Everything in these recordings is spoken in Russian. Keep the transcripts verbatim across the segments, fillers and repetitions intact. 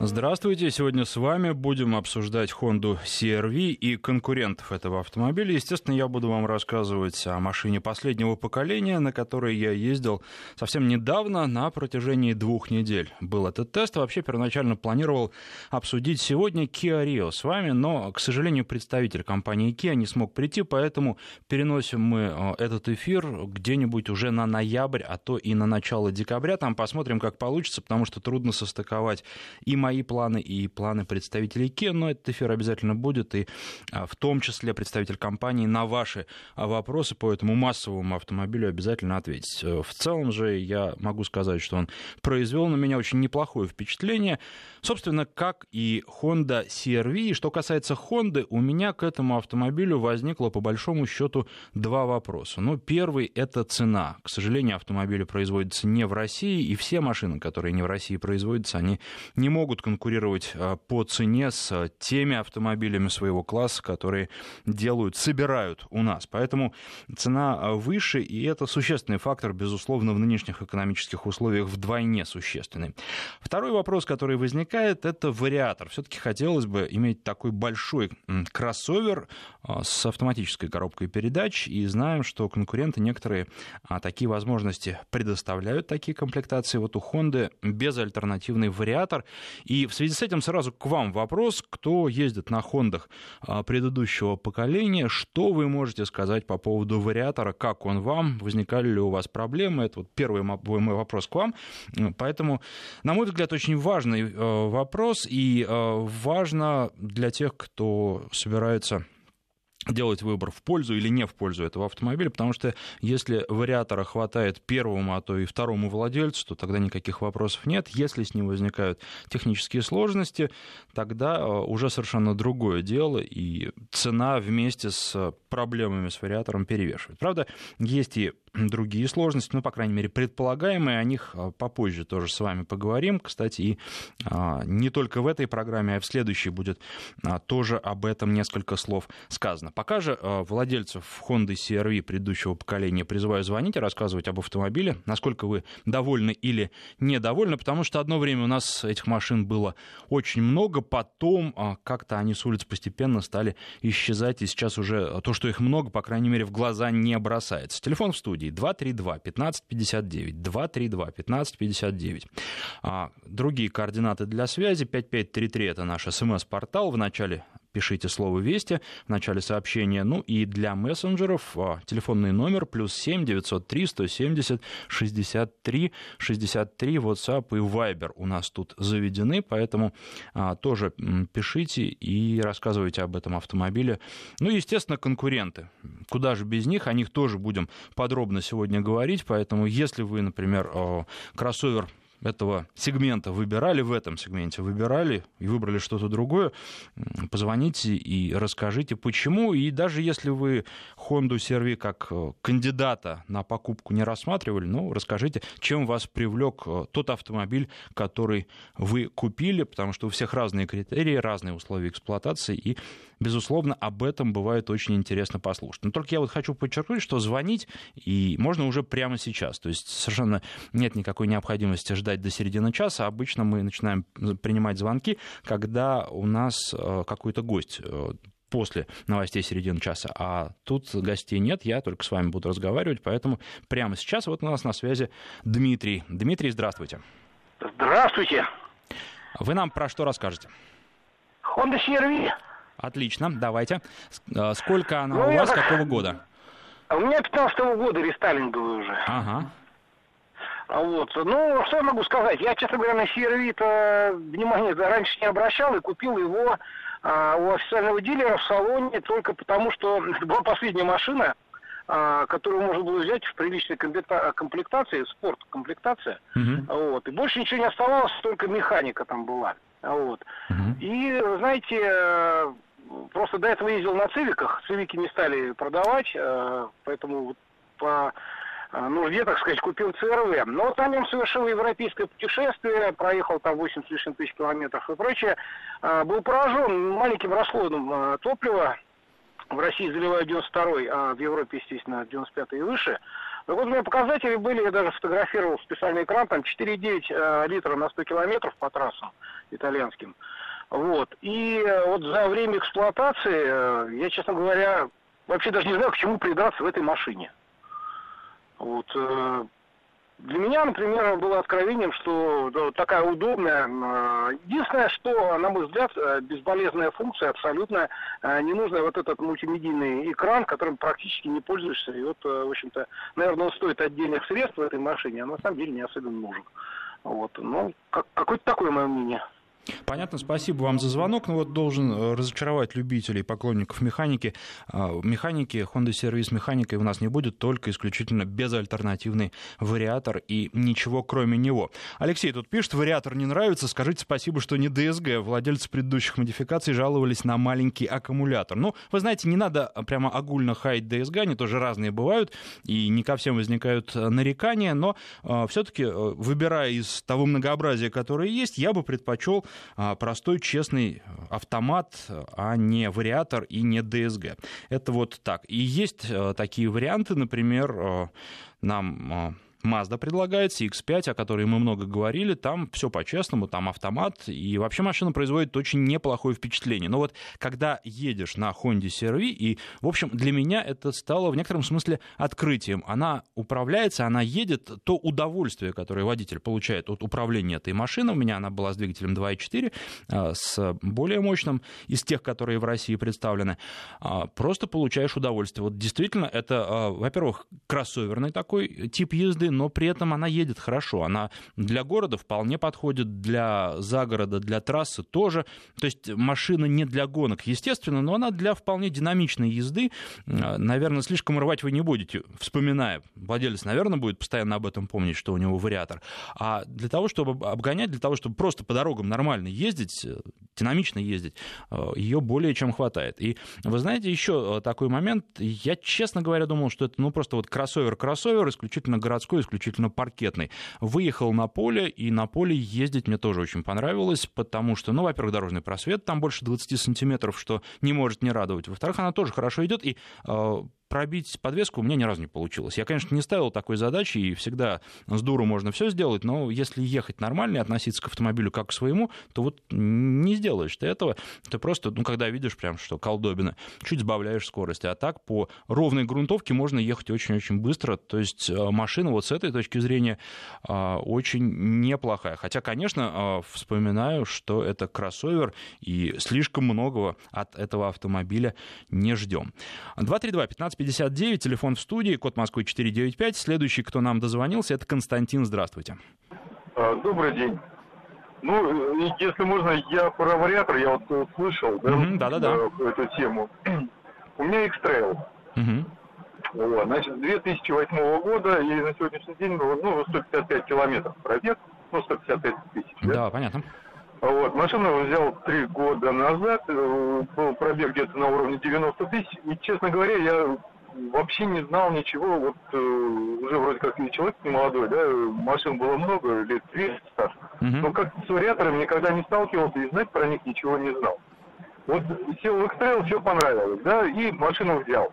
Здравствуйте, сегодня с вами будем обсуждать Honda си ар ви и конкурентов этого автомобиля. Естественно, я буду вам рассказывать о машине последнего поколения, на которой я ездил совсем недавно, на протяжении двух недель. Был этот тест, вообще первоначально планировал обсудить сегодня Kia Rio с вами, но, к сожалению, представитель компании Kia не смог прийти, поэтому переносим мы этот эфир где-нибудь уже на ноябрь, а то и на начало декабря. Там посмотрим, как получится, потому что трудно состыковать и мои планы, и планы представителей Kia, но этот эфир обязательно будет, и в том числе представитель компании на ваши вопросы по этому массовому автомобилю обязательно ответить. В целом же я могу сказать, что он произвел на меня очень неплохое впечатление, собственно, как и Honda си ар ви. Что касается Honda, у меня к этому автомобилю возникло по большому счету два вопроса. Ну, первый — это цена. К сожалению, автомобили производятся не в России, и все машины, которые не в России производятся, они не могут конкурировать по цене с теми автомобилями своего класса, которые делают, собирают у нас. Поэтому цена выше, и это существенный фактор, безусловно, в нынешних экономических условиях вдвойне существенный. Второй вопрос, который возникает, это вариатор. Все-таки хотелось бы иметь такой большой кроссовер с автоматической коробкой передач, и знаем, что конкуренты некоторые такие возможности предоставляют, такие комплектации. Вот у Honda безальтернативный вариатор. И в связи с этим сразу к вам вопрос: кто ездит на Хондах предыдущего поколения, что вы можете сказать по поводу вариатора, как он вам, возникали ли у вас проблемы? Это вот первый мой вопрос к вам. Поэтому, на мой взгляд, очень важный вопрос, и важно для тех, кто собирается делать выбор в пользу или не в пользу этого автомобиля, потому что если вариатора хватает первому, а то и второму владельцу, то тогда никаких вопросов нет. Если с ним возникают технические сложности, тогда уже совершенно другое дело, и цена вместе с проблемами с вариатором перевешивает. Правда, есть и другие сложности, ну, по крайней мере, предполагаемые, о них попозже тоже с вами поговорим. Кстати, и не только в этой программе, а и в следующей будет тоже об этом несколько слов сказано. Пока же владельцев Honda си ар ви предыдущего поколения призываю звонить и рассказывать об автомобиле, насколько вы довольны или недовольны, потому что одно время у нас этих машин было очень много, потом как-то они с улиц постепенно стали исчезать, и сейчас уже то, что их много, по крайней мере, в глаза не бросается. Телефон в студии два три два пятнадцать пятьдесят девять, два три два пятнадцать пятьдесят девять. Другие координаты для связи: пять пять три три — это наш смс-портал, в начале пишите слово «Вести» в начале сообщения. Ну и для мессенджеров телефонный номер плюс семь девятьсот три сто семьдесят шестьдесят три шестьдесят три. WhatsApp и Viber у нас тут заведены, поэтому а, тоже пишите и рассказывайте об этом автомобиле. Ну и, естественно, конкуренты. Куда же без них? О них тоже будем подробно сегодня говорить, поэтому если вы, например, кроссовер этого сегмента выбирали, в этом сегменте выбирали и выбрали что-то другое, позвоните и расскажите, почему. И даже если вы Honda си ар ви как кандидата на покупку не рассматривали, ну, расскажите, чем вас привлек тот автомобиль, который вы купили, потому что у всех разные критерии, разные условия эксплуатации, и, безусловно, об этом бывает очень интересно послушать. Но только я вот хочу подчеркнуть, что звонить и можно уже прямо сейчас, то есть совершенно нет никакой необходимости ждать до середины часа. Обычно мы начинаем принимать звонки, когда у нас какой-то гость после новостей середины часа, а тут гостей нет, я только с вами буду разговаривать, поэтому прямо сейчас вот у нас на связи Дмитрий. Дмитрий, здравствуйте. Здравствуйте. Вы нам про что расскажете? Honda си ар ви. Отлично, давайте. Сколько она ну, у вас, я... какого года? У меня пятнадцатого года, рестайлинговый уже. Ага. Вот. Ну, что я могу сказать? Я, честно говоря, на си ар ви-то внимания раньше не обращал и купил его а, у официального дилера в салоне только потому, что это была последняя машина, а, которую можно было взять в приличной комплектации, спорт-комплектация. Uh-huh. Вот. И больше ничего не оставалось, только механика там была. Вот. Uh-huh. И, знаете, просто до этого ездил на цивиках, цивики не стали продавать, поэтому по нужде, так сказать, купил си ар ви. Но там он совершил европейское путешествие, проехал там восемь с лишним тысяч километров и прочее. Был поражен маленьким расходом топлива. В России заливают девяносто второй, а в Европе, естественно, девяносто пятый и выше. Так вот, у меня показатели были, я даже фотографировал специальный экран, там четыре и девять э, литра на сто километров по трассам итальянским. Вот. И э, вот за время эксплуатации, э, я, честно говоря, вообще даже не знаю, к чему придраться в этой машине. Вот. Э, Для меня, например, было откровением, что да, такая удобная. Единственное, что, на мой взгляд, бесполезная функция, абсолютно ненужная вот этот мультимедийный экран, которым практически не пользуешься. И вот, в общем-то, наверное, он стоит отдельных средств в этой машине, а на самом деле не особенно нужен. Вот. Ну, как, какое-то такое мое мнение. Понятно, спасибо вам за звонок. Но вот должен разочаровать любителей, поклонников механики. Механики, Honda си ар ви с механикой у нас не будет, только исключительно безальтернативный вариатор и ничего кроме него. Алексей тут пишет, вариатор не нравится, скажите спасибо, что не ди эс джи. Владельцы предыдущих модификаций жаловались на маленький аккумулятор. Ну, вы знаете, не надо прямо огульно хаять ди эс джи, они тоже разные бывают, и не ко всем возникают нарекания, но э, все-таки, выбирая из того многообразия, которое есть, я бы предпочел простой, честный автомат, а не вариатор и не ди эс джи. Это вот так. И есть такие варианты, например, нам Mazda предлагает, си икс пять, о которой мы много говорили, там все по-честному, там автомат, и вообще машина производит очень неплохое впечатление. Но вот когда едешь на Honda си ар ви, и, в общем, для меня это стало в некотором смысле открытием. Она управляется, она едет, то удовольствие, которое водитель получает от управления этой машиной, у меня она была с двигателем два и четыре, с более мощным из тех, которые в России представлены, просто получаешь удовольствие. Вот действительно, это, во-первых, кроссоверный такой тип езды, но при этом она едет хорошо. Она для города вполне подходит, для загорода, для трассы тоже. То есть машина не для гонок, естественно, но она для вполне динамичной езды. Наверное, слишком рвать вы не будете, вспоминая. Владелец, наверное, будет постоянно об этом помнить, что у него вариатор. А для того, чтобы обгонять, для того, чтобы просто по дорогам нормально ездить, динамично ездить, ее более чем хватает. И вы знаете, еще такой момент. Я, честно говоря, думал, что это ну, просто вот кроссовер-кроссовер, исключительно городской, исключительно паркетный. Выехал на поле, и на поле ездить мне тоже очень понравилось, потому что, ну, во-первых, дорожный просвет там больше двадцать сантиметров, что не может не радовать. Во-вторых, она тоже хорошо идет, и э, пробить подвеску у меня ни разу не получилось. Я, конечно, не ставил такой задачи, и всегда с дуру можно все сделать, но если ехать нормально и относиться к автомобилю как к своему, то вот не сделаешь ты этого. Ты просто, ну, когда видишь прям, что колдобина, чуть сбавляешь скорость. А так по ровной грунтовке можно ехать очень-очень быстро. То есть машина вот с этой точки зрения очень неплохая. Хотя, конечно, вспоминаю, что это кроссовер, и слишком многого от этого автомобиля не ждем. два три два пятнадцать пятьдесят девять, телефон в студии, код Москвы четыре девять пять. Следующий, кто нам дозвонился, это Константин. Здравствуйте. Добрый день. Ну, если можно, я про вариатор, я вот слышал, да, mm-hmm, да-да-да. эту тему. У меня X-Trail. Mm-hmm. Вот, значит, две тысячи восьмого года, и на сегодняшний день, ну, сто пятьдесят пять километров пробег, ну, сто пятьдесят пять тысяч. Да, да, понятно. Вот, машину взял три года назад, был пробег где-то на уровне девяносто тысяч, и, честно говоря, я вообще не знал ничего, вот уже вроде как и человек не молодой, да, машин было много, лет двести старше, uh-huh. но как с вариаторами никогда не сталкивался и знать про них ничего не знал. Вот сел в X-Trail, все понравилось, да, и машину взял.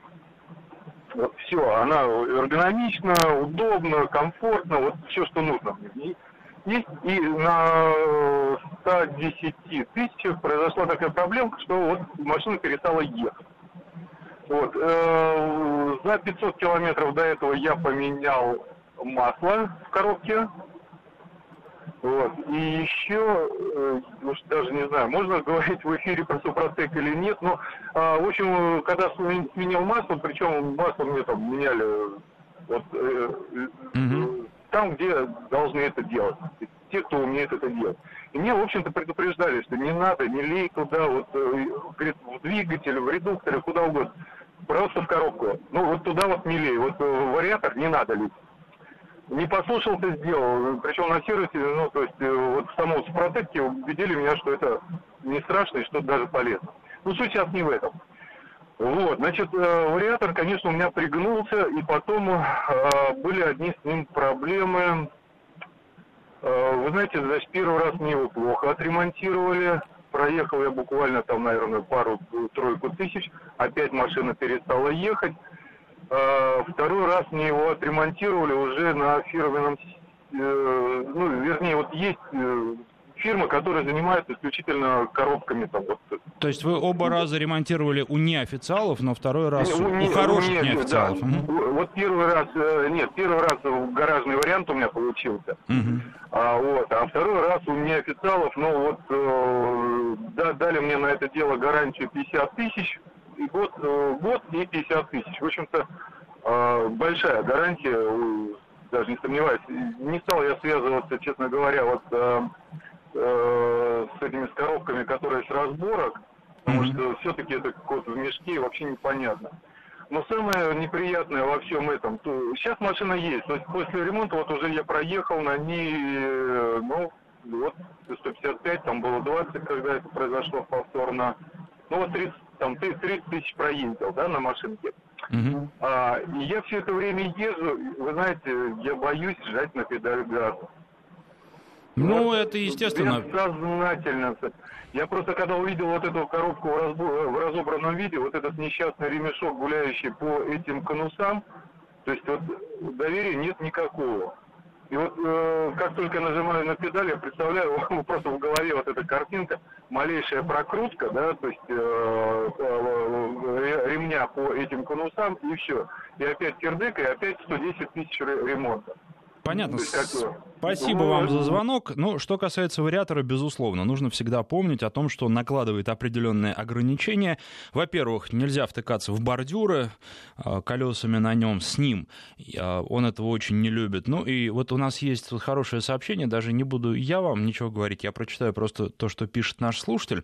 Вот все, она эргономична, удобна, комфортна, вот все, что нужно мне. Есть, и на ста десяти тысячах произошла такая проблема, что вот машина перестала ехать. Вот, э, за пятьсот километров до этого я поменял масло в коробке. Вот, и еще, э, уж даже не знаю, можно говорить в эфире про Супротек или нет, но, э, в общем, когда сменил масло, причем масло мне там меняли вот, э, mm-hmm. там, где должны это делать, те, кто умеет это делать. И мне, в общем-то, предупреждали, что не надо, не лей туда, вот, говорит, в двигатель, в редукторе, куда угодно, просто в коробку. Ну, вот туда вот не лей, вот в вариатор не надо лить. Не послушался, сделал, причем на сервисе, ну, то есть, вот в самом Супротеке убедили меня, что это не страшно и что-то даже полезно. Ну, суть сейчас не в этом. Вот, значит, вариатор, конечно, у меня пригнулся, и потом э, были одни с ним проблемы. Э, вы знаете, значит, первый раз мне его плохо отремонтировали. Проехал я буквально там, наверное, пару-тройку тысяч. Опять машина перестала ехать. э, второй раз мне его отремонтировали уже на фирменном, э, ну, вернее, вот есть э, фирма, которая занимается исключительно коробками. Там, вот. То есть вы оба раза ремонтировали у неофициалов, но второй раз не, у, не, у хороших нет, неофициалов? Да. Угу. Вот первый раз, нет, первый раз гаражный вариант у меня получился. Угу. А, вот, а второй раз у неофициалов, ну вот, э, да, дали мне на это дело гарантию пятьдесят тысяч, и год, э, год и пятьдесят тысяч. В общем-то, э, большая гарантия, даже не сомневаюсь. Не стал я связываться, честно говоря, вот э, э, с этими с коробками, которые с разборок, потому mm-hmm. что все-таки это кот в мешке, вообще непонятно. Но самое неприятное во всем этом, то сейчас машина есть, то есть после ремонта вот уже я проехал на ней, ну, вот сто пятьдесят пять, там было двадцать, когда это произошло повторно, ну вот тридцать, там тридцать тысяч проездил, да, на машинке. Uh-huh. А, и я все это время езжу, вы знаете, я боюсь жать на педаль газа. Ну, вот, это естественно. Сознательно. Я просто когда увидел вот эту коробку в, разбор, в разобранном виде, вот этот несчастный ремешок, гуляющий по этим конусам, то есть вот доверия нет никакого. И вот э, как только нажимаю на педаль, я представляю, просто в голове вот эта картинка, малейшая прокрутка, да, то есть э, э, ремня по этим конусам, и все. И опять кирдык, и опять сто десять тысяч ремонта. Понятно. Как... Спасибо ну, вам за звонок. Ну, что касается вариатора, безусловно, нужно всегда помнить о том, что он накладывает определенные ограничения. Во-первых, нельзя втыкаться в бордюры колесами на нем, с ним. Он этого очень не любит. Ну и вот у нас есть тут хорошее сообщение, даже не буду я вам ничего говорить, я прочитаю просто то, что пишет наш слушатель.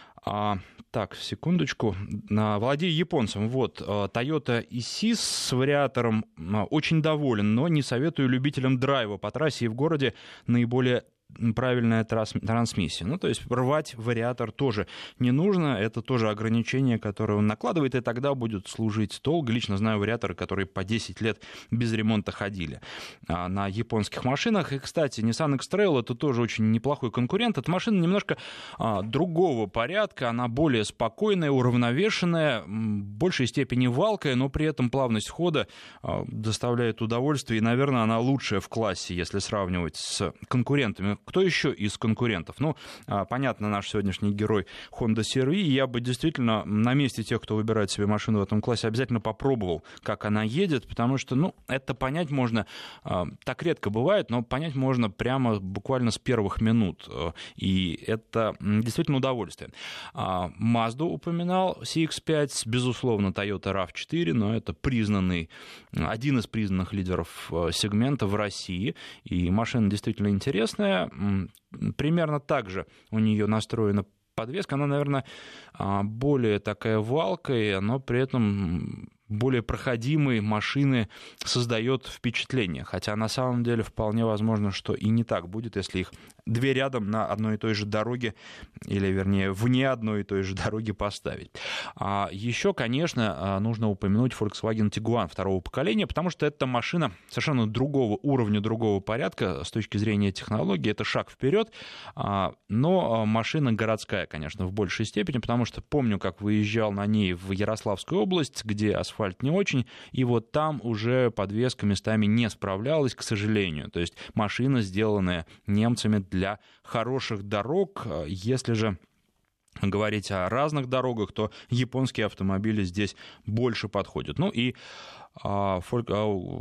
А, так, секундочку. Владею японцем. Вот, Toyota Исис с вариатором очень доволен, но не советую любителям драйва по трассе и в городе наиболее правильная трансмиссия. Ну, то есть рвать вариатор тоже не нужно. Это тоже ограничение, которое он накладывает, и тогда будет служить долго. Лично знаю вариаторы, которые по десять лет без ремонта ходили на японских машинах. И, кстати, Nissan X-Trail — это тоже очень неплохой конкурент. Эта машина немножко а, другого порядка. Она более спокойная, уравновешенная, в большей степени валкая, но при этом плавность хода а, доставляет удовольствие. И, наверное, она лучшая в классе, если сравнивать с конкурентами. Кто еще из конкурентов? Ну, понятно, наш сегодняшний герой Honda си ар ви. Я бы действительно на месте тех, кто выбирает себе машину в этом классе, обязательно попробовал, как она едет, потому что, ну, это понять можно, так редко бывает, но понять можно прямо буквально с первых минут. И это действительно удовольствие. Mazda упоминал, си икс пять, безусловно, Toyota рав четыре, но это признанный, один из признанных лидеров сегмента в России. И машина действительно интересная. Примерно так же у нее настроена подвеска. Она, наверное, более такая валкая, но при этом более проходимые машины создает впечатление. Хотя на самом деле вполне возможно, что и не так будет, если их две рядом на одной и той же дороге, или, вернее, вне одной и той же дороги поставить. А еще, конечно, нужно упомянуть Volkswagen Tiguan второго поколения, потому что это машина совершенно другого уровня, другого порядка с точки зрения технологии. Это шаг вперед, но машина городская, конечно, в большей степени, потому что помню, как выезжал на ней в Ярославскую область, где асфальт не очень, и вот там уже подвеска местами не справлялась, к сожалению. То есть машина, сделанная немцами для хороших дорог. Если же говорить о разных дорогах, то японские автомобили здесь больше подходят. Ну и а, фольк...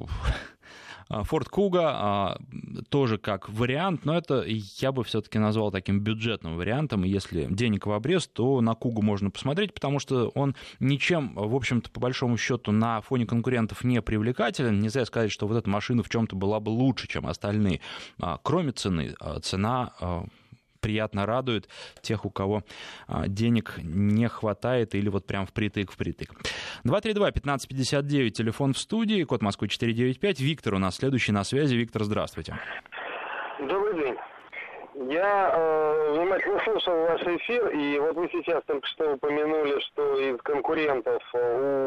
Ford Kuga тоже как вариант, но это я бы все-таки назвал таким бюджетным вариантом. Если денег в обрез, то на Kuga можно посмотреть, потому что он ничем, в общем-то, по большому счету, на фоне конкурентов не привлекателен. Нельзя сказать, что вот эта машина в чем-то была бы лучше, чем остальные. Кроме цены, цена приятно радует тех, у кого денег не хватает или вот прям впритык-впритык. два три два пятнадцать пятьдесят девять, телефон в студии, код Москвы четыре девять пять. Виктор у нас следующий на связи. Виктор, здравствуйте. Добрый день. Я э, внимательно слушал ваш эфир, и вот вы сейчас только что упомянули, что из конкурентов у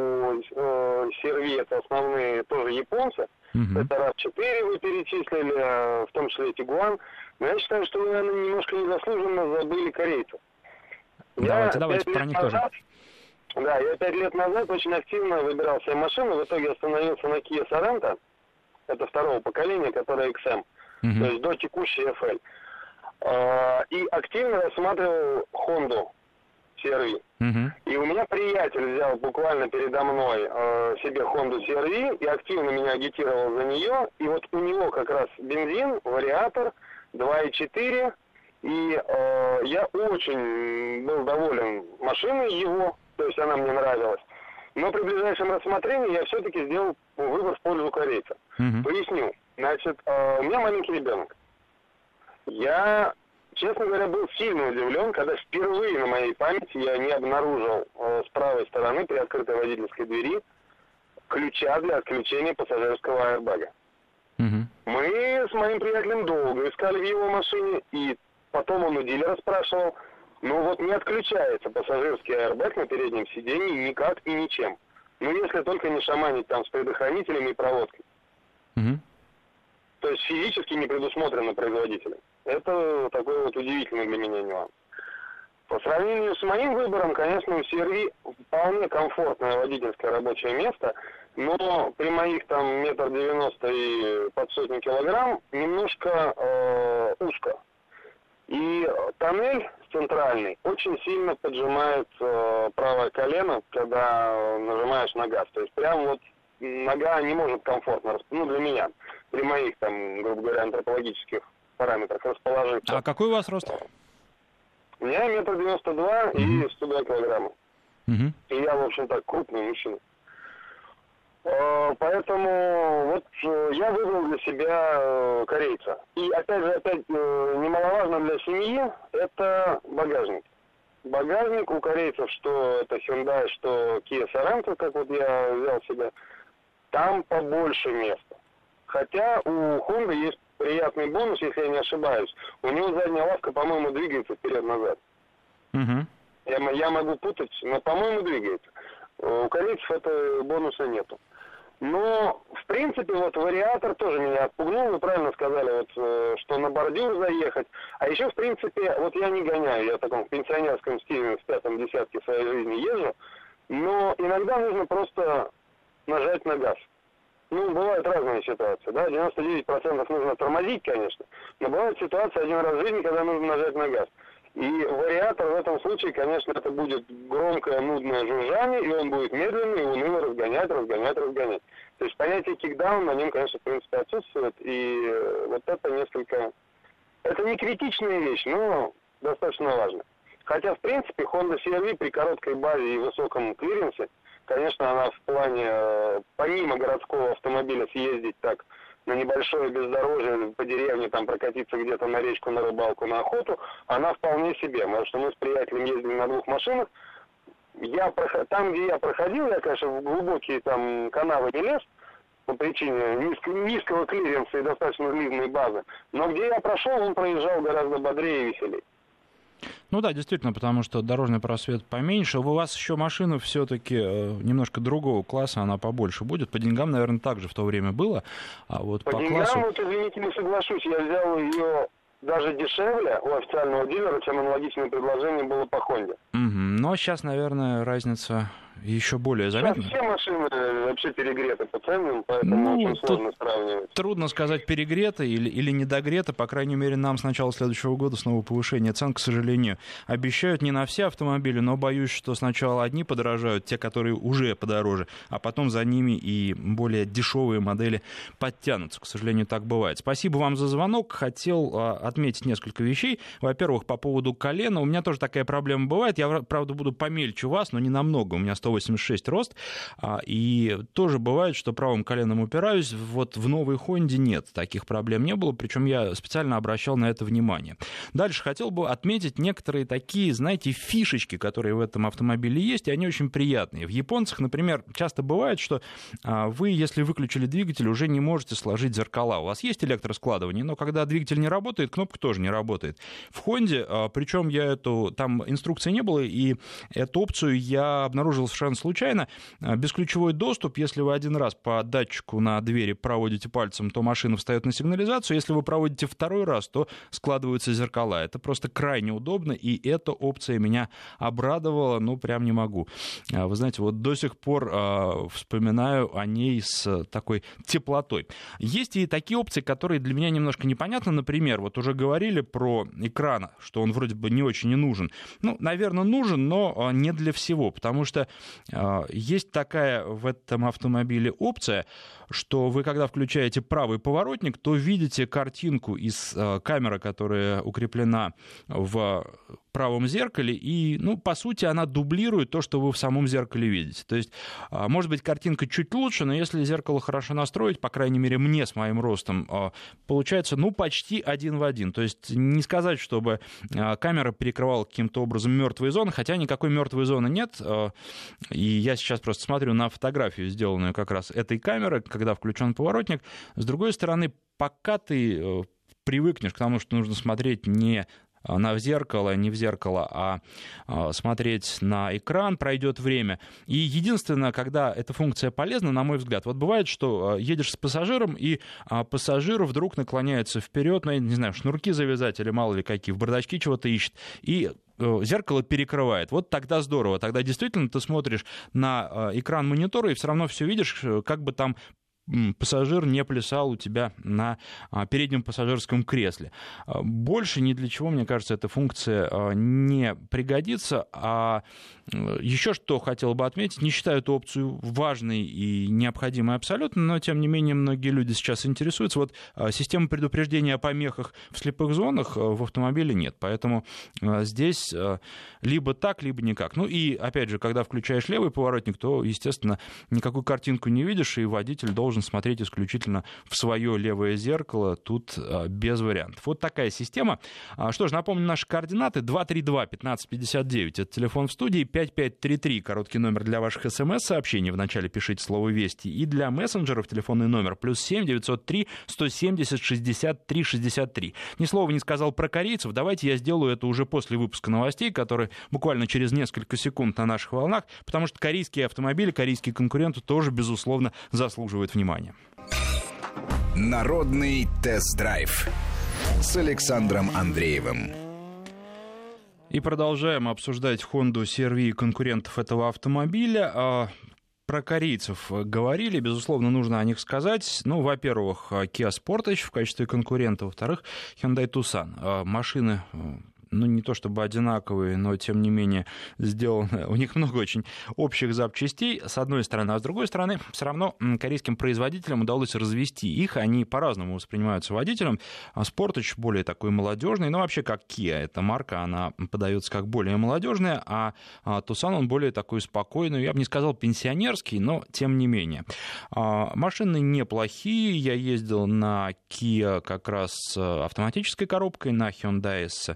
э, си ар ви это основные тоже японцы. Uh-huh. Это рав четыре вы перечислили, в том числе Tiguan. Но я считаю, что вы, наверное, немножко незаслуженно забыли корейцев. Давайте, я давайте, про них тоже. Да, я пять лет назад очень активно выбирал себе машину, в итоге остановился на Kia Sorento, это второго поколения, которая икс эм, uh-huh. то есть до текущей эф эль. И активно рассматривал Honda си ар ви. Uh-huh. И у меня приятель взял буквально передо мной э, себе Honda си ар ви и активно меня агитировал за нее. И вот у него как раз бензин, вариатор, два и четыре. И э, я очень был доволен машиной его, то есть она мне нравилась. Но при ближайшем рассмотрении я все-таки сделал выбор в пользу корейца. Uh-huh. Поясню. Значит, э, у меня маленький ребенок. Я, честно говоря, был сильно удивлен, когда впервые на моей памяти я не обнаружил э, с правой стороны при открытой водительской двери ключа для отключения пассажирского аэрбага. Uh-huh. Мы с моим приятелем долго искали в его машине, и потом он у дилера спрашивал, ну вот не отключается пассажирский аэрбаг на переднем сиденье никак и ничем. Ну если только не шаманить там с предохранителями и проводкой. Uh-huh. То есть физически не предусмотрено производителем. Это такой вот удивительный для меня нюанс. По сравнению с моим выбором, конечно, у си ар ви вполне комфортное водительское рабочее место, но при моих там метр девяносто и под сотню килограмм немножко э, узко. И тоннель центральный очень сильно поджимает э, правое колено, когда нажимаешь на газ. То есть прям вот нога не может комфортно, ну для меня, при моих там, грубо говоря, антропологических параметрах расположиться. А какой у вас рост? У меня метр девяносто два и сто два килограмма. Uh-huh. И я, в общем, так, крупный мужчина. Поэтому вот я выбрал для себя корейца. И опять же, опять немаловажно для семьи, это багажник. Багажник у корейцев, что это Hyundai, что Kia Sorento, как вот я взял себе, там побольше места. Хотя у Honda есть приятный бонус, если я не ошибаюсь. У него задняя лавка, по-моему, двигается вперед-назад. Uh-huh. Я, я могу путать, но, по-моему, двигается. У корейцев этого бонуса нету. Но, в принципе, вот вариатор тоже меня отпугнул. Вы правильно сказали, вот, что на бордюр заехать. А еще, в принципе, вот я не гоняю. Я в таком пенсионерском стиле в пятом десятке своей жизни езжу. Но иногда нужно просто нажать на газ. Ну, бывают разные ситуации, да, девяносто девять процентов нужно тормозить, конечно, но бывает ситуация один раз в жизни, когда нужно нажать на газ. И вариатор в этом случае, конечно, это будет громкое, нудное жужжание, и он будет медленный, уныло разгонять, разгонять, разгонять. То есть понятие кикдаун на нем, конечно, в принципе, отсутствует, и вот это несколько... Это не критичная вещь, но достаточно важно. Хотя, в принципе, Honda си ар ви при короткой базе и высоком клиренсе, конечно, она в плане, помимо городского автомобиля, съездить так на небольшое бездорожье, по деревне, там прокатиться где-то на речку, на рыбалку, на охоту, она вполне себе. Потому что мы с приятелем ездили на двух машинах. Я, там, где я проходил, я, конечно, в глубокие там канавы не лез, по причине низкого, низкого клиренса и достаточно длинной базы. Но где я прошел, он проезжал гораздо бодрее и веселее. Ну да, действительно, потому что дорожный просвет поменьше. У вас еще машина все-таки немножко другого класса, она побольше будет. По деньгам, наверное, так же в то время было. А вот по, по деньгам, классу... вот, извините, не соглашусь. Я взял ее даже дешевле у официального дилера, чем аналогичное предложение было по Хонде. Угу. Но сейчас, наверное, разница еще более заметна. Сейчас все машины вообще перегреты по ценам, поэтому ну, очень сложно сравнивать. Трудно сказать, перегреты или, или недогреты. По крайней мере, нам с начала следующего года снова повышение цен, к сожалению, обещают не на все автомобили, но боюсь, что сначала одни подорожают, те, которые уже подороже, а потом за ними и более дешевые модели подтянутся. К сожалению, так бывает. Спасибо вам за звонок. Хотел а, отметить несколько вещей. Во-первых, по поводу колена. У меня тоже такая проблема бывает. Я, правда, буду помельче вас, но не намного. У меня сто восемьдесят шесть рост. И тоже бывает, что правым коленом упираюсь. Вот в новой Хонде нет, таких проблем не было. Причем я специально обращал на это внимание. Дальше хотел бы отметить некоторые такие, знаете, фишечки, которые в этом автомобиле есть, и они очень приятные. В японцах, например, часто бывает, что вы, если выключили двигатель, уже не можете сложить зеркала. У вас есть электроскладывание, но когда двигатель не работает, кнопка тоже не работает. В Хонде, причем я эту, там инструкции не было, и эту опцию я обнаружил совершенно случайно. Бесключевой доступ, если вы один раз по датчику на двери проводите пальцем, то машина встает на сигнализацию. Если вы проводите второй раз, то складываются зеркала. Это просто крайне удобно, и эта опция меня обрадовала, ну, прям не могу. Вы знаете, вот до сих пор э, вспоминаю о ней с такой теплотой. Есть и такие опции, которые для меня немножко непонятны. Например, вот уже говорили про экран, что он вроде бы не очень и нужен. Ну, наверное, нужен, но не для всего, потому что э, есть такая в этом автомобиле опция, что вы, когда включаете правый поворотник, то видите картинку из э, камеры, которая укреплена в правом зеркале, и, ну, по сути, она дублирует то, что вы в самом зеркале видите. То есть, э, может быть, картинка чуть лучше, но если зеркало хорошо настроить, по крайней мере, мне с моим ростом, э, получается, ну, почти один в один. То есть, не сказать, чтобы э, камера перекрывала каким-то образом мертвые зоны, хотя никакой мертвой зоны нет, э, и я сейчас просто смотрю на фотографию, сделанную как раз этой камеры, когда включен поворотник. С другой стороны, пока ты привыкнешь к тому, что нужно смотреть не на зеркало, не в зеркало, а смотреть на экран, пройдет время. И единственное, когда эта функция полезна, на мой взгляд, вот бывает, что едешь с пассажиром, и пассажир вдруг наклоняется вперед, ну, я не знаю, шнурки завязать или мало ли какие, в бардачке чего-то ищет, и зеркало перекрывает. Вот тогда здорово. Тогда действительно ты смотришь на экран монитора и все равно все видишь, как бы там пассажир не плясал у тебя на переднем пассажирском кресле. Больше ни для чего, мне кажется, эта функция не пригодится. А еще что хотел бы отметить, не считаю эту опцию важной и необходимой абсолютно, но, тем не менее, многие люди сейчас интересуются. Вот системы предупреждения о помехах в слепых зонах в автомобиле нет, поэтому здесь либо так, либо никак. Ну и, опять же, когда включаешь левый поворотник, то, естественно, никакую картинку не видишь, и водитель должен смотреть исключительно в свое левое зеркало, тут без вариантов. Вот такая система. Что ж, напомню, наши координаты: два три два пятнадцать пятьдесят девять, это телефон в студии, пять пять три три, короткий номер для ваших смс-сообщений, вначале пишите слово «Вести», и для мессенджеров телефонный номер плюс семь девятьсот три сто семьдесят шестьдесят три шестьдесят три. Ни слова не сказал про корейцев, давайте я сделаю это уже после выпуска новостей, которые буквально через несколько секунд на наших волнах, потому что корейские автомобили, корейские конкуренты тоже, безусловно, заслуживают внимания. Народный тест-драйв с Александром Андреевым. И продолжаем обсуждать Honda си ар ви и конкурентов этого автомобиля. Про корейцев говорили, безусловно, нужно о них сказать. Ну, во-первых, Kia Sportage в качестве конкурента, во-вторых, Hyundai Tucson. Машины, ну, не то чтобы одинаковые, но, тем не менее, сделаны. У них много очень общих запчастей, с одной стороны, а с другой стороны, все равно корейским производителям удалось развести их. Они по-разному воспринимаются водителем. Sportage более такой молодежный, но вообще как Kia, эта марка, она подается как более молодежная, а Tucson, он более такой спокойный, я бы не сказал пенсионерский, но тем не менее. Машины неплохие. Я ездил на Kia как раз с автоматической коробкой, на Hyundai с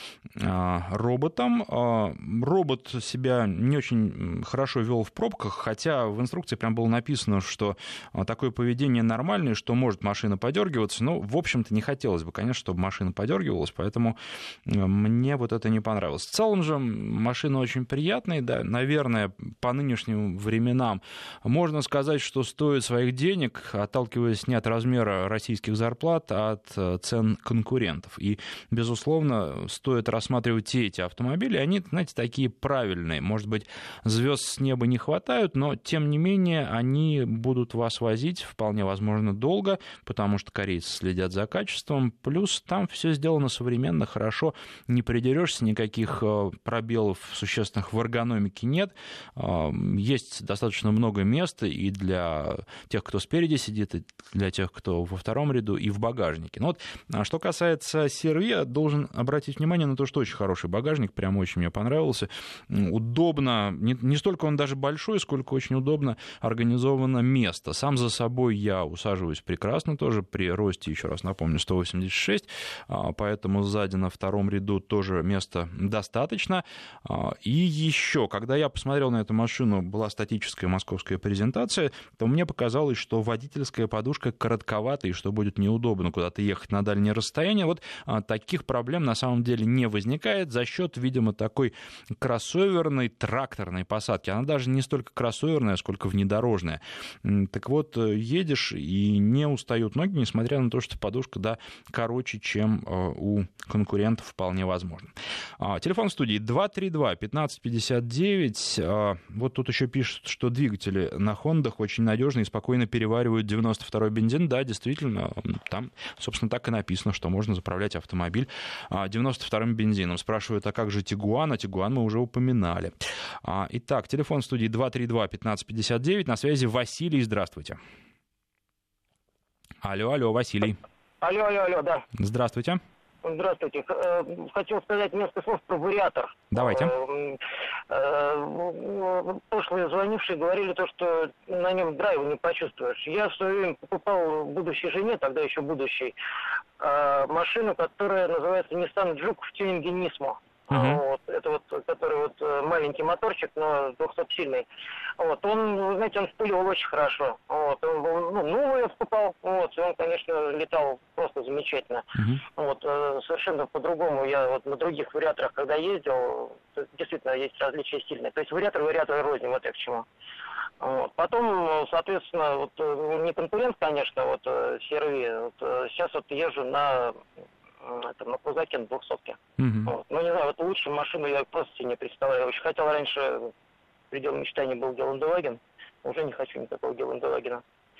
роботом. Робот себя не очень хорошо вел в пробках, хотя в инструкции прям было написано, что такое поведение нормальное, что может машина подергиваться. Но, в общем-то, не хотелось бы, конечно, чтобы машина подергивалась, поэтому мне вот это не понравилось. В целом же машина очень приятная, да, наверное, по нынешним временам можно сказать, что стоит своих денег, отталкиваясь не от размера российских зарплат, а от цен конкурентов. И, безусловно, стоит рассматривать те эти автомобили, они, знаете, такие правильные. Может быть, звезд с неба не хватает, но, тем не менее, они будут вас возить, вполне возможно, долго, потому что корейцы следят за качеством. Плюс там все сделано современно, хорошо, не придерешься, никаких пробелов существенных в эргономике нет. Есть достаточно много места и для тех, кто спереди сидит, и для тех, кто во втором ряду, и в багажнике. Но вот, что касается си ар ви, я должен обратить внимание на то, что очень хороший багажник, прям очень мне понравился. Удобно, не, не столько он даже большой, сколько очень удобно организовано место. Сам за собой я усаживаюсь прекрасно тоже, при росте, еще раз напомню, сто восемьдесят шесть, поэтому сзади на втором ряду тоже места достаточно. И еще, когда я посмотрел на эту машину, была статическая московская презентация, то мне показалось, что водительская подушка коротковата и что будет неудобно куда-то ехать на дальнее расстояние. Вот таких проблем на самом деле не возникает за счет, видимо, такой кроссоверной тракторной посадки. Она даже не столько кроссоверная, сколько внедорожная. Так вот, едешь и не устают ноги, несмотря на то, что подушка, да, короче, чем у конкурентов, вполне возможно. Телефон в студии два три два пятнадцать пятьдесят девять. Вот тут еще пишут, что двигатели на Хондах очень надежные и спокойно переваривают девяносто второй бензин. Да, действительно, там, собственно, так и написано, что можно заправлять автомобиль девяносто вторым бензином. Спрашивают, а как же Тигуан? А Тигуан мы уже упоминали. Итак, телефон в студии два три два пятнадцать пятьдесят девять. На связи Василий. Здравствуйте. Алло, алло, Василий. Алло, алло, алло, да. Здравствуйте. Здравствуйте. Хотел сказать несколько слов про вариатор. Давайте. Прошлые звонившие говорили то, что на нем драйва не почувствуешь. Я в свое время покупал будущей жене, тогда еще будущей, машину, которая называется Nissan Juke в тюнинге Nismo. Uh-huh. Вот, это вот, который вот маленький моторчик, но двухсотсильный. Вот, он, вы знаете, он впыливал очень хорошо. Вот, он был, ну, новый я покупал, вот, и он, конечно, летал просто замечательно. Uh-huh. Вот, совершенно по-другому я вот на других вариаторах, когда ездил, действительно есть различия стильные. То есть вариатор, вариатор рознь, вот я к чему. Вот. Потом, соответственно, вот не конкурент, конечно, вот си эр ви. Вот, сейчас вот езжу на Это, на крузаке на двухсотке. Uh-huh. Вот. Ну, не знаю, вот лучшую машину я просто себе не представляю. Я очень хотел раньше, предел мечтаний был Гелендваген. Уже не хочу никакого Гелендвагена.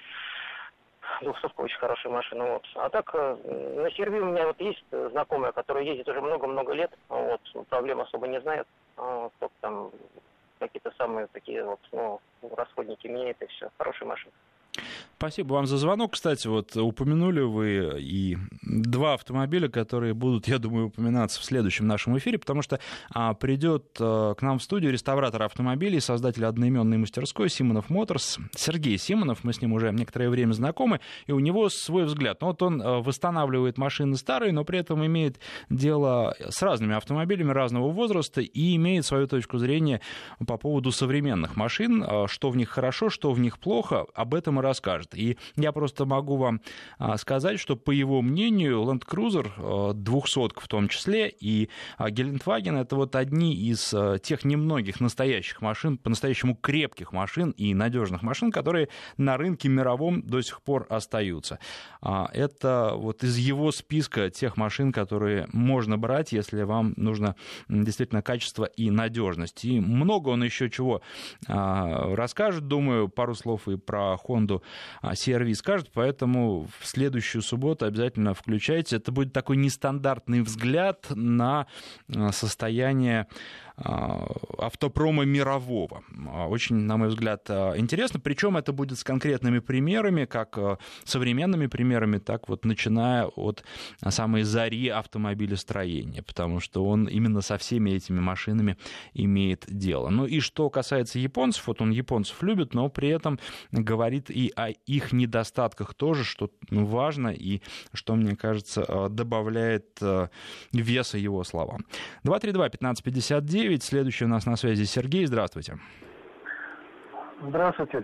Двухсотка очень хорошая машина. Вот. А так, на си эр ви у меня вот есть знакомая, которая ездит уже много-много лет. Вот. Проблем особо не знает. Вот. Только там какие-то самые такие вот, ну, расходники меняет, и все. Хорошая машина. Спасибо вам за звонок. Кстати, вот упомянули вы и два автомобиля, которые будут, я думаю, упоминаться в следующем нашем эфире, потому что а, придет а, к нам в студию реставратор автомобилей, создатель одноименной мастерской Симонов Моторс, Сергей Симонов. Мы с ним уже некоторое время знакомы, и у него свой взгляд. Ну, вот он а, восстанавливает машины старые, но при этом имеет дело с разными автомобилями разного возраста и имеет свою точку зрения по поводу современных машин, а, что в них хорошо, что в них плохо. Об этом и расскажет. И я просто могу вам а, сказать, что, по его мнению, Land Cruiser, а, двухсотка в том числе, и а, Гелендваген — это вот одни из а, тех немногих настоящих машин, по-настоящему крепких машин и надежных машин, которые на рынке мировом до сих пор остаются. А, это вот из его списка тех машин, которые можно брать, если вам нужно действительно качество и надежность. И много он еще чего а, расскажет, думаю, пару слов и про Honda си эр ви скажет, поэтому в следующую субботу обязательно включайте. Это будет такой нестандартный взгляд на состояние автопрома мирового. Очень, на мой взгляд, интересно. Причем это будет с конкретными примерами, как современными примерами, так вот начиная от самой зари автомобилестроения, потому что он именно со всеми этими машинами имеет дело. Ну и что касается японцев, вот он японцев любит, но при этом говорит и о их недостатках тоже, что важно и что, мне кажется, добавляет веса его словам. два три два пятнадцать пятьдесят девять. Следующий у нас на связи Сергей. Здравствуйте. Здравствуйте.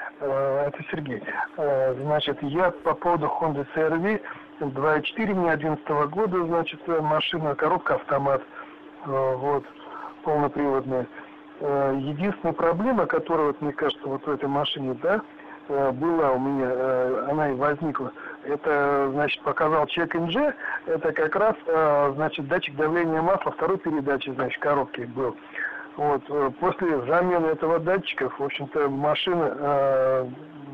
Это Сергей. Значит, я по поводу Honda си эр ви два и четыре, мне одиннадцатого года, значит, машина, коробка автомат, вот, полноприводная. Единственная проблема, которая, вот, мне кажется, вот в этой машине, да, была у меня, она и возникла, это, значит, показал чек эн джи, это как раз, значит, датчик давления масла второй передачи, значит, коробки был. Вот, после замены этого датчика, в общем-то, машина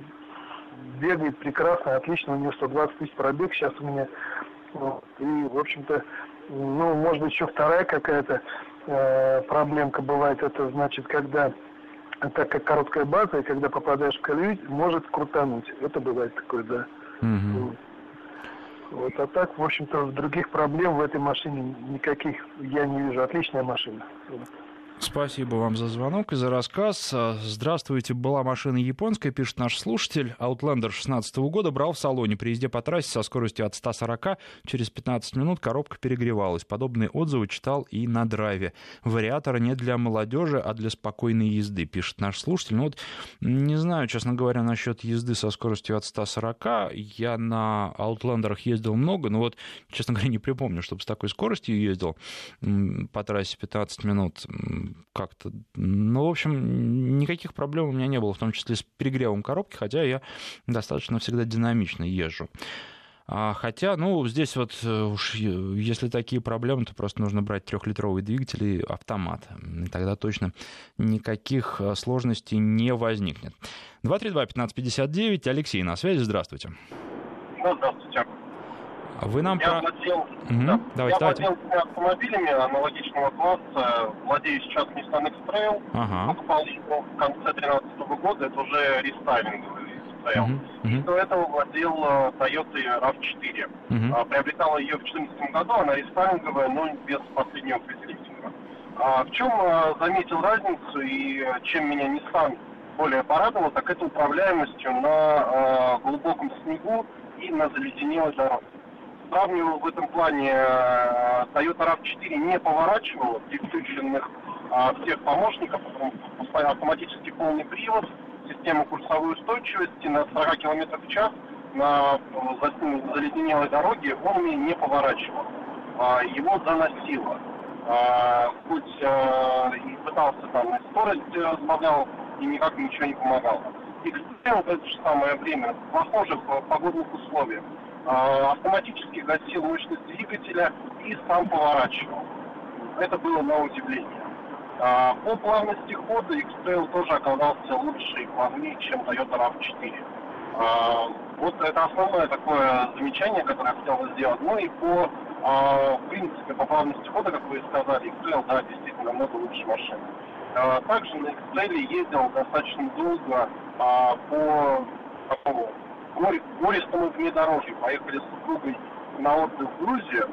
бегает прекрасно, отлично, у нее сто двадцать тысяч пробег сейчас у меня. Вот, и, в общем-то, ну, может быть, еще вторая какая-то э, проблемка бывает, это, значит, когда, так как короткая база, и когда попадаешь в колею, может крутануть. Это бывает такое, да. Mm-hmm. Вот, а так, в общем-то, других проблем в этой машине никаких я не вижу. Отличная машина. Спасибо вам за звонок и за рассказ. Здравствуйте, была машина японская, пишет наш слушатель. Outlander шестнадцатого года, брал в салоне. При езде по трассе со скоростью от ста сорока через пятнадцать минут коробка перегревалась. Подобные отзывы читал и на драйве. Вариатора не для молодежи, а для спокойной езды, пишет наш слушатель. Ну вот не знаю, честно говоря, насчет езды со скоростью от ста сорока. Я на Outlander'ах ездил много, но вот, честно говоря, не припомню, чтобы с такой скоростью ездил по трассе пятнадцать минут. Как-то, ну, в общем, никаких проблем у меня не было, в том числе с перегревом коробки, хотя я достаточно всегда динамично езжу. Хотя, ну, здесь вот уж если такие проблемы, то просто нужно брать трехлитровый двигатель и автомат. И тогда точно никаких сложностей не возникнет. два три два пятнадцать пятьдесят девять. Алексей на связи. Здравствуйте. Ну, здравствуйте. Вы нам я про... владел, угу. да, давайте, я давайте. владел двумя автомобилями аналогичного класса. Владею сейчас Nissan X-Trail. Ага. Покупал его в конце две тысячи тринадцатого года. Это уже рестайлинговый стоял. Угу. Угу. И до этого владел Toyota рав четыре. Угу. Приобретал ее в две тысячи четырнадцатом году. Она рестайлинговая, но без последнего фейслифтинга. В чем заметил разницу и чем меня Nissan более порадовал, так это управляемостью на глубоком снегу и на заледенелой дороге. Сравнивал в этом плане Toyota рав четыре не поворачивала при включенных а, всех помощников, автоматически полный привод, система курсовой устойчивости на сорок километров в час на заледенелой дороге он мне не поворачивал. А, его заносило. А, хоть а, и пытался там и скорость сбавлял, и никак ничего не помогало. X-Trail в это же самое время в похожих погодных условиях автоматически гасил мощность двигателя и сам поворачивал. Это было на удивление. По плавности хода X-Trail тоже оказался лучше и плавнее, чем Toyota рав четыре. Вот это основное такое замечание, которое я хотел сделать. Ну и по, в принципе, по плавности хода, как вы сказали, X-Trail, да, действительно намного лучше машины. Также на X-Trail ездил достаточно долго по такому гористому внедорожью. Поехали с супругой на отдых в Грузию.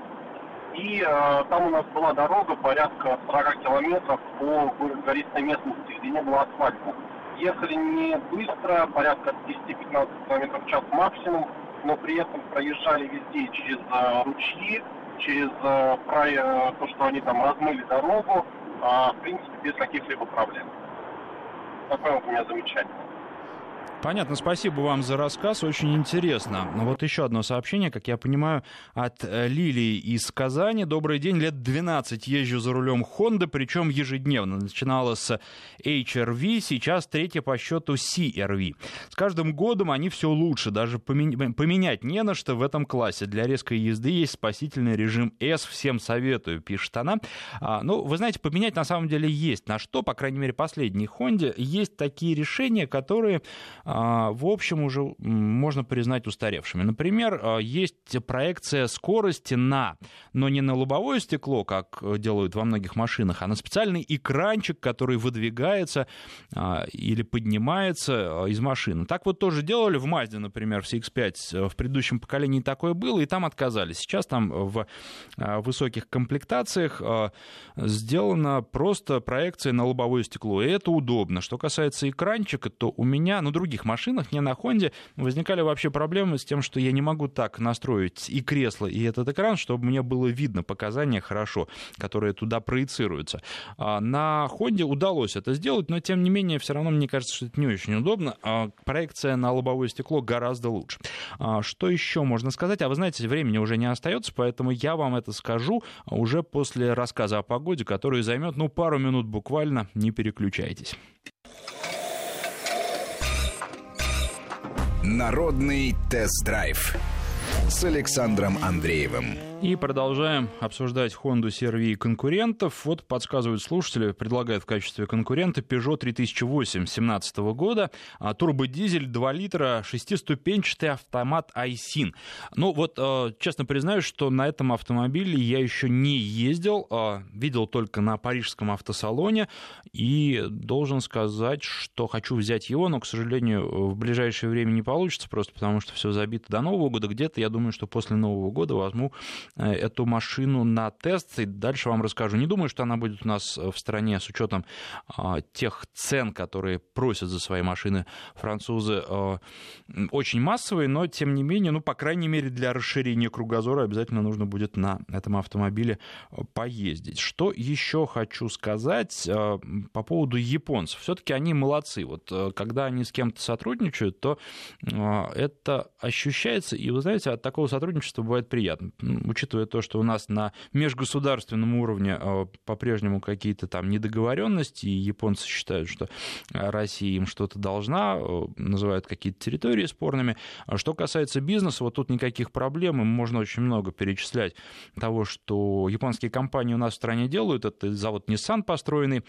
И э, там у нас была дорога порядка сорок километров по гористой местности, где не было асфальта. Ехали не быстро, порядка десять-пятнадцать километров в час максимум, но при этом проезжали везде через э, ручьи, через э, про, э, то, что они там размыли дорогу, э, в принципе, без каких-либо проблем. Такое вот у меня замечание. Понятно, спасибо вам за рассказ, очень интересно. Вот еще одно сообщение, как я понимаю, от Лилии из Казани. Добрый день, лет двенадцать езжу за рулем Honda, причем ежедневно. Начинала с эйч ар ви, сейчас третья по счету си ар ви. С каждым годом они все лучше, даже поменять не на что в этом классе. Для резкой езды есть спасительный режим S, всем советую, пишет она. А, ну, вы знаете, поменять на самом деле есть на что, по крайней мере, последней Honda. Есть такие решения, которые... в общем, уже можно признать устаревшими. Например, есть проекция скорости на, но не на лобовое стекло, как делают во многих машинах, а на специальный экранчик, который выдвигается или поднимается из машины. Так вот тоже делали в Mazda, например, в си икс пять в предыдущем поколении такое было, и там отказались. Сейчас там в высоких комплектациях сделана просто проекция на лобовое стекло, и это удобно. Что касается экранчика, то у меня, ну, других машинах, не на Хонде, возникали вообще проблемы с тем, что я не могу так настроить и кресло, и этот экран, чтобы мне было видно показания хорошо, которые туда проецируются. На Хонде удалось это сделать, но тем не менее, все равно мне кажется, что это не очень удобно. Проекция на лобовое стекло гораздо лучше. Что еще можно сказать? А вы знаете, времени уже не остается, поэтому я вам это скажу уже после рассказа о погоде, который займет, ну, пару минут буквально. Не переключайтесь. Народный тест-драйв с Александром Андреевым. И продолжаем обсуждать Honda си ар ви и конкурентов. Вот подсказывают слушатели, предлагают в качестве конкурента Peugeot три тысячи восемь семнадцатого года, турбодизель два литра, шестиступенчатый автомат айсин. Ну вот, честно признаюсь, что на этом автомобиле я еще не ездил, видел только на парижском автосалоне, и должен сказать, что хочу взять его, но, к сожалению, в ближайшее время не получится, просто потому что все забито до Нового года. Где-то, я думаю, что после Нового года возьму эту машину на тест, и дальше вам расскажу. Не думаю, что она будет у нас в стране с учетом тех цен, которые просят за свои машины французы, очень массовые, но, тем не менее, ну, по крайней мере, для расширения кругозора обязательно нужно будет на этом автомобиле поездить. Что еще хочу сказать по поводу японцев? Все-таки они молодцы. Вот когда они с кем-то сотрудничают, то это ощущается, и, вы знаете, от такого сотрудничества бывает приятно. Учитывая то, что у нас на межгосударственном уровне по-прежнему какие-то там недоговоренности, и японцы считают, что Россия им что-то должна, называют какие-то территории спорными. Что касается бизнеса, вот тут никаких проблем, можно очень много перечислять того, что японские компании у нас в стране делают. Это завод Nissan построенный,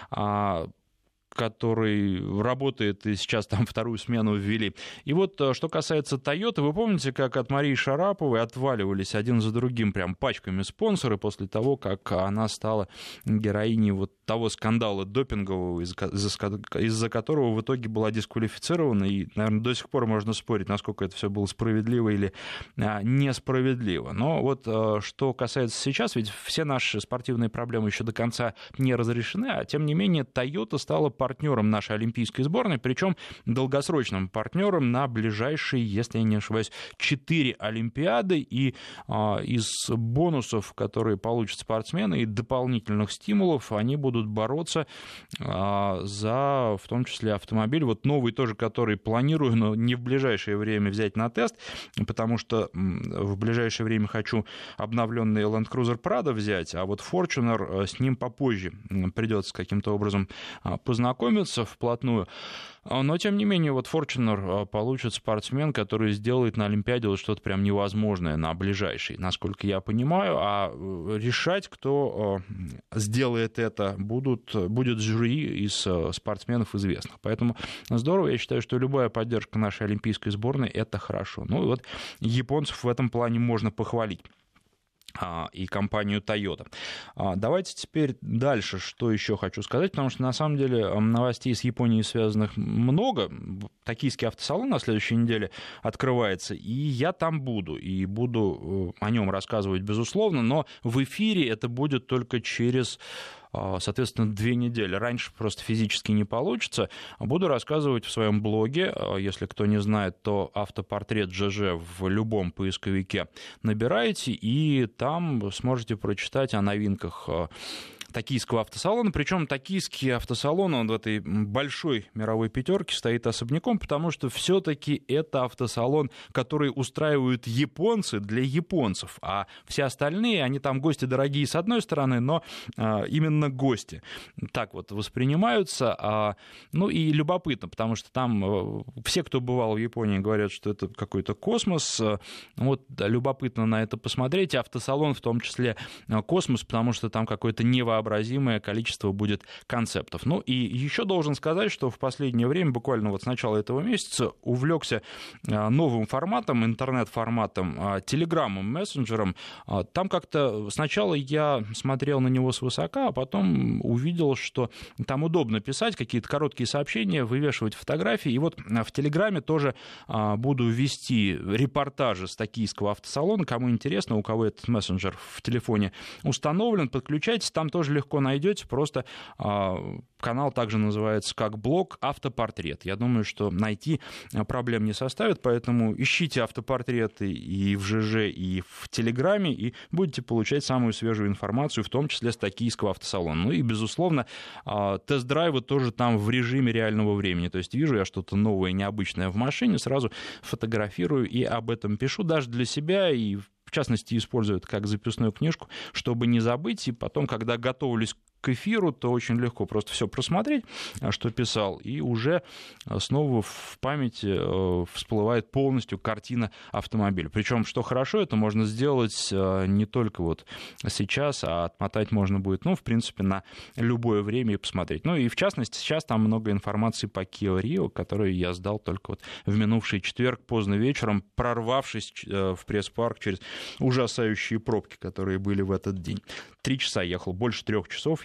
который работает, и сейчас там вторую смену ввели. И вот что касается Toyota, вы помните, как от Марии Шараповой отваливались один за другим прям пачками спонсоры после того, как она стала героиней вот того скандала допингового, из-за которого в итоге была дисквалифицирована, и, наверное, до сих пор можно спорить, насколько это все было справедливо или несправедливо. Но вот что касается сейчас, ведь все наши спортивные проблемы еще до конца не разрешены, а тем не менее Toyota стала партнером нашей олимпийской сборной, причем долгосрочным партнером на ближайшие, если я не ошибаюсь, четыре олимпиады, и а, из бонусов, которые получат спортсмены, и дополнительных стимулов, они будут бороться а, за, в том числе, автомобиль, вот новый тоже, который планирую, но не в ближайшее время взять на тест, потому что в ближайшее время хочу обновленный Land Cruiser Prado взять, а вот Fortuner с ним попозже придется каким-то образом познакомиться, знакомиться вплотную. Но, тем не менее, вот Fortuner получит спортсмен, который сделает на Олимпиаде вот что-то прям невозможное на ближайшей, насколько я понимаю. А решать, кто сделает это, будут, будет жюри из спортсменов известных. Поэтому здорово. Я считаю, что любая поддержка нашей олимпийской сборной — это хорошо. Ну и вот японцев в этом плане можно похвалить. И компанию Toyota. Давайте теперь дальше, что еще хочу сказать, потому что на самом деле новостей с Японией связанных много. Токийский автосалон на следующей неделе открывается, и я там буду, и буду о нем рассказывать, безусловно, но в эфире это будет только через, соответственно, две недели. Раньше просто физически не получится. Буду рассказывать в своем блоге. Если кто не знает, то автопортрет джи джи в любом поисковике набираете, и там сможете прочитать о новинках токийского автосалона. Причем токийский автосалон, он в этой большой мировой пятерке стоит особняком, потому что все-таки это автосалон, который устраивают японцы для японцев, а все остальные, они там гости дорогие с одной стороны, но а, именно гости так вот воспринимаются. А, ну и любопытно, потому что там а, все, кто бывал в Японии, говорят, что это какой-то космос. А, вот любопытно на это посмотреть. Автосалон в том числе а, космос, потому что там какое-то невообразимое вообразимое количество будет концептов. Ну и еще должен сказать, что в последнее время, буквально вот с начала этого месяца, увлекся новым форматом, интернет-форматом, телеграммом, мессенджером. Там как-то сначала я смотрел на него свысока, а потом увидел, что там удобно писать какие-то короткие сообщения, вывешивать фотографии. И вот в телеграме тоже буду вести репортажи с токийского автосалона. Кому интересно, у кого этот мессенджер в телефоне установлен, подключайтесь, там тоже легко найдете, просто а, канал также называется как блог «Автопортрет». Я думаю, что найти проблем не составит, поэтому ищите автопортреты и в ЖЖ, и в Телеграме, и будете получать самую свежую информацию, в том числе с токийского автосалона. Ну и, безусловно, а, тест-драйвы тоже там в режиме реального времени, то есть вижу я что-то новое, необычное в машине, сразу фотографирую и об этом пишу, даже для себя, и в частности, использую это как записную книжку, чтобы не забыть, и потом, когда готовлюсь к эфиру, то очень легко просто все просмотреть, что писал, и уже снова в памяти всплывает полностью картина автомобиля. Причем, что хорошо, это можно сделать не только вот сейчас, а отмотать можно будет, ну, в принципе, на любое время и посмотреть. Ну, и в частности, сейчас там много информации по Kia Rio, которую я сдал только вот в минувший четверг поздно вечером, прорвавшись в пресс-парк через ужасающие пробки, которые были в этот день. Три часа ехал, больше трех часов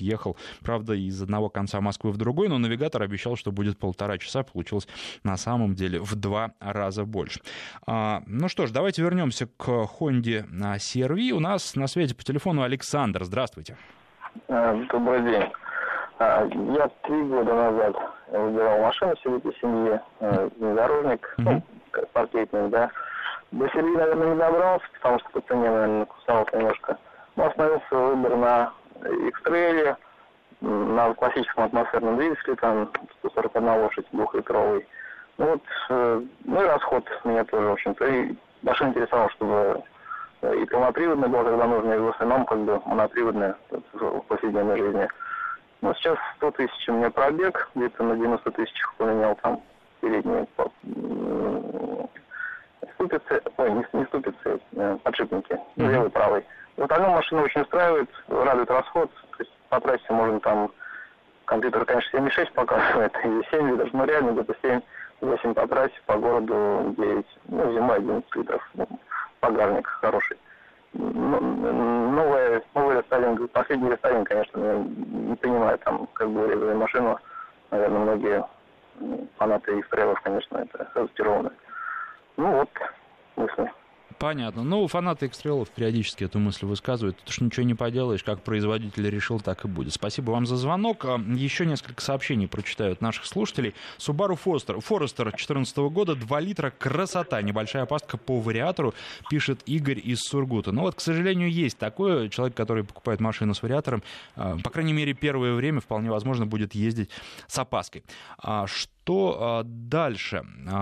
ехал, правда, из одного конца Москвы в другой, но навигатор обещал, что будет полтора часа, получилось на самом деле в два раза больше. А, ну что ж, давайте вернемся к Honda си ар ви. У нас на связи по телефону Александр. Здравствуйте. Добрый день. Я три года назад выбирал машину себе для семьи, внедорожник, mm-hmm. ну, паркетник, да. До Сергея, наверное, не добрался, потому что по цене, наверное, кусался немножко. Но остановился выбор на X-Trail, на классическом атмосферном двигателе, там сто сорок одна лошадь, двухлитровый. Ну вот, ну и расход меня тоже, в общем-то. И машина интересовала, чтобы и полноприводная была, когда нужно, и в основном как бы моноприводная в повседневной жизни. Ну, сейчас сто тысяч у меня пробег, где-то на девяносто тысяч поменял там передние ступицы, ой, не, не ступицы, подшипники, mm-hmm. левый, правый. В остальном машина очень устраивает, радует расход, то есть по трассе можно там, компьютер, конечно, семь и шесть показывает, и семь литров, но реально где-то семь-восемь по трассе, по городу девять, ну, зимой одиннадцать литров, ну, багажник хороший. Новый, новый рестайлинг, последний рестайлинг, конечно, не понимаю, там, как бы урезали машину, наверное, многие фанаты X-Trail'ов, конечно, это разочарованы. Ну вот, мысли. Понятно. Ну, фанаты X-Trail'ов периодически эту мысль высказывают. Тут уж ничего не поделаешь, как производитель решил, так и будет. Спасибо вам за звонок. Еще несколько сообщений прочитаю от наших слушателей. Subaru Forester, Forester две тысячи четырнадцатого года, два литра, красота. Небольшая опаска по вариатору, пишет Игорь из Сургута. Но вот, к сожалению, есть такое. Человек, который покупает машину с вариатором, по крайней мере, первое время вполне возможно будет ездить с опаской. Что дальше?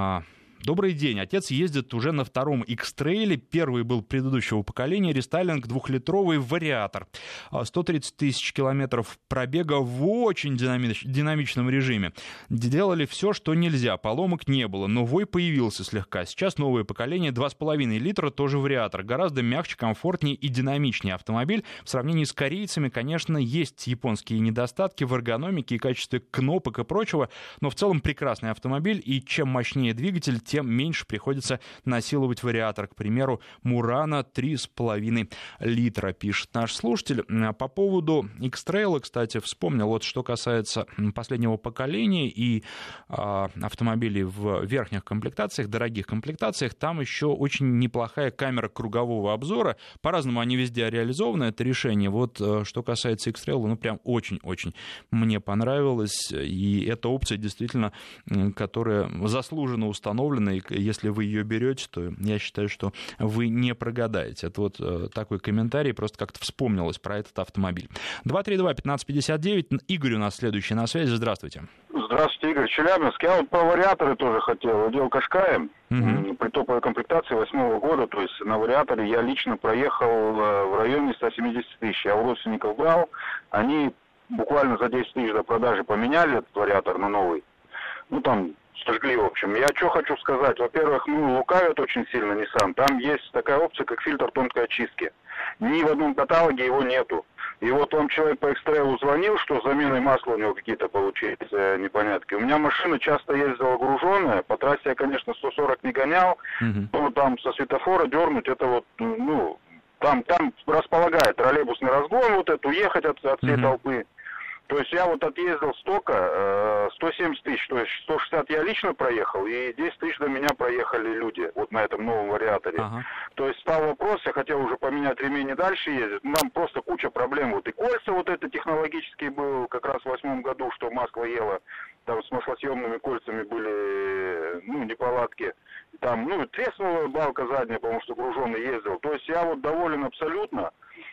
Добрый день. Отец ездит уже на втором X-Trail. Первый был предыдущего поколения. Рестайлинг, двухлитровый вариатор. сто тридцать тысяч километров пробега в очень динамич... динамичном режиме. Делали все, что нельзя. Поломок не было, но вой появился слегка. Сейчас новое поколение, два с половиной литра, тоже вариатор. Гораздо мягче, комфортнее и динамичнее автомобиль. В сравнении с корейцами, конечно, есть японские недостатки в эргономике и качестве кнопок и прочего, но в целом прекрасный автомобиль, и чем мощнее двигатель, тем меньше приходится насиловать вариатор. К примеру, Мурана три с половиной литра, пишет наш слушатель. По поводу X-Trail, кстати, вспомнил, вот что касается последнего поколения и а, автомобилей в верхних комплектациях, дорогих комплектациях, там еще очень неплохая камера кругового обзора. По-разному они везде реализованы, это решение. Вот что касается X-Trail, ну прям очень-очень мне понравилось, и эта опция действительно, которая заслуженно установлена, и если вы ее берете, то я считаю, что вы не прогадаете. Это вот э, такой комментарий, просто как-то вспомнилось про этот автомобиль. два три два пятнадцать пятьдесят девять. Игорь у нас следующий на связи. Здравствуйте. Здравствуйте, Игорь. Челябинск. Я вот про вариаторы тоже хотел. Удел Кашкаем, угу. При топовой комплектации восьмого года, то есть на вариаторе я лично проехал в районе ста семидесяти тысяч. Я у родственников брал, они буквально за десять тысяч до продажи поменяли этот вариатор на новый. Ну там сожгли, в общем. Я что хочу сказать. Во-первых, ну, лукавят очень сильно Nissan. Там есть такая опция, как фильтр тонкой очистки. Ни в одном каталоге его нету. И вот он, человек по X-Trail звонил, что с заменой масла у него какие-то получились э, непонятки. У меня машина часто ездила груженная. По трассе я, конечно, сто сорок не гонял. Mm-hmm. Но там со светофора дернуть, это вот, ну, там, там располагает троллейбусный разгон, вот это, уехать от, от всей mm-hmm. толпы. То есть я вот отъездил столько, э, сто семьдесят тысяч, то есть сто шестьдесят я лично проехал, и десять тысяч до меня проехали люди вот на этом новом вариаторе. Ага. То есть стал вопрос, я хотел уже поменять ремень и дальше ездить, нам просто куча проблем. Вот и кольца вот это технологические был как раз в восьмом году, что Москва ела, там с маслосъемными кольцами были, ну, неполадки. Там, ну, треснула балка задняя, потому что груженный ездил. То есть я вот доволен абсолютно.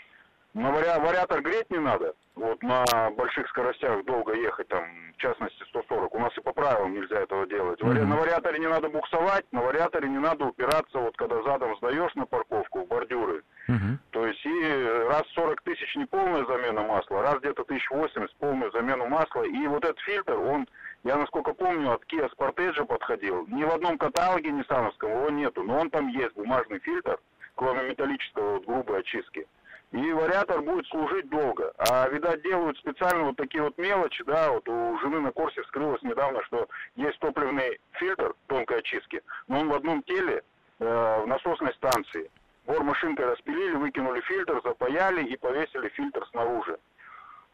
На вари... вариатор греть не надо. Вот на больших скоростях долго ехать, там, в частности, сто сорок. У нас и по правилам нельзя этого делать. Mm-hmm. На вариаторе не надо буксовать, на вариаторе не надо упираться, вот когда задом сдаешь на парковку, в бордюры. Mm-hmm. То есть и раз сорок тысяч не полная замена масла, раз где-то тысяча восемьдесят полную замену масла. И вот этот фильтр, он, я насколько помню, от Kia Sportage подходил. Ни в одном каталоге ниссановском его нету, но он там есть, бумажный фильтр, кроме металлического вот, грубой очистки. И вариатор будет служить долго. А, видать, делают специально вот такие вот мелочи, да, вот у жены на Корсе вскрылось недавно, что есть топливный фильтр тонкой очистки, но он в одном теле э, в насосной станции. Бормашинкой распилили, выкинули фильтр, запаяли и повесили фильтр снаружи.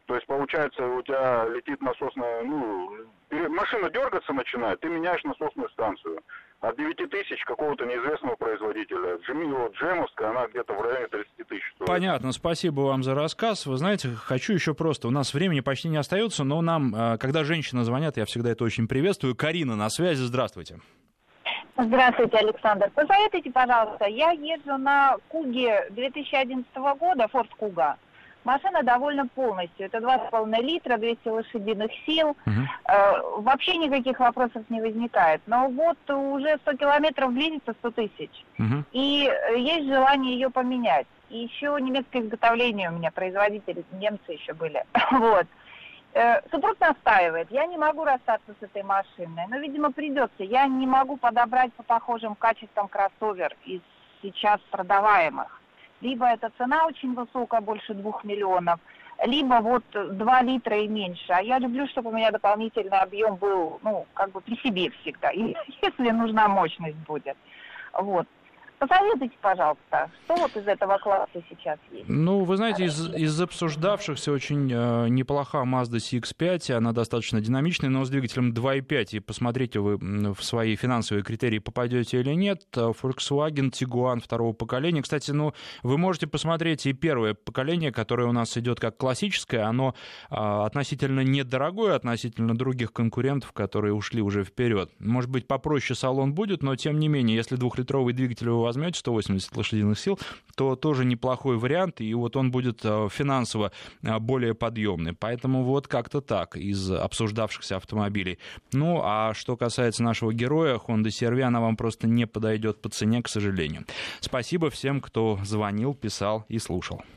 То есть, получается, у тебя летит насосная, ну, машина дергаться начинает, ты меняешь насосную станцию. От девяти тысяч какого-то неизвестного производителя. Джемовская, она где-то в районе тридцати тысяч стоит. Понятно, спасибо вам за рассказ. Вы знаете, хочу еще просто, у нас времени почти не остается, но нам, когда женщины звонят, я всегда это очень приветствую. Карина на связи, здравствуйте. Здравствуйте, Александр. Посоветуйте, пожалуйста, я езжу на Куге две тысячи одиннадцатого года, Форд Куга. Машина довольно полностью. Это два с половиной литра, двести лошадиных сил. Uh-huh. Э, вообще никаких вопросов не возникает. Но вот уже сто километров близится сто тысяч. Uh-huh. И есть желание ее поменять. И еще немецкое изготовление у меня, производители немцы еще были. Вот. Э, супруг настаивает. Я не могу расстаться с этой машиной. Но, видимо, придется. Я не могу подобрать по похожим качествам кроссовер из сейчас продаваемых. Либо эта цена очень высокая, больше двух миллионов, либо вот два литра и меньше. А я люблю, чтобы у меня дополнительный объем был, ну, как бы при себе всегда, если нужна мощность будет. Вот. Посоветуйте, пожалуйста, что вот из этого класса сейчас есть? Ну, вы знаете, из, из обсуждавшихся очень э, неплоха Mazda си икс пять, она достаточно динамичная, но с двигателем два и пять, и посмотрите, вы в свои финансовые критерии попадете или нет. Volkswagen Tiguan второго поколения. Кстати, ну, вы можете посмотреть и первое поколение, которое у нас идет как классическое, оно э, относительно недорогое, относительно других конкурентов, которые ушли уже вперед. Может быть, попроще салон будет, но тем не менее, если двухлитровый двигатель у возьмете сто восемьдесят лошадиных сил, то тоже неплохой вариант, и вот он будет финансово более подъемный. Поэтому вот как-то так из обсуждавшихся автомобилей. Ну, а что касается нашего героя, Honda си ар ви, она вам просто не подойдет по цене, к сожалению. Спасибо всем, кто звонил, писал и слушал.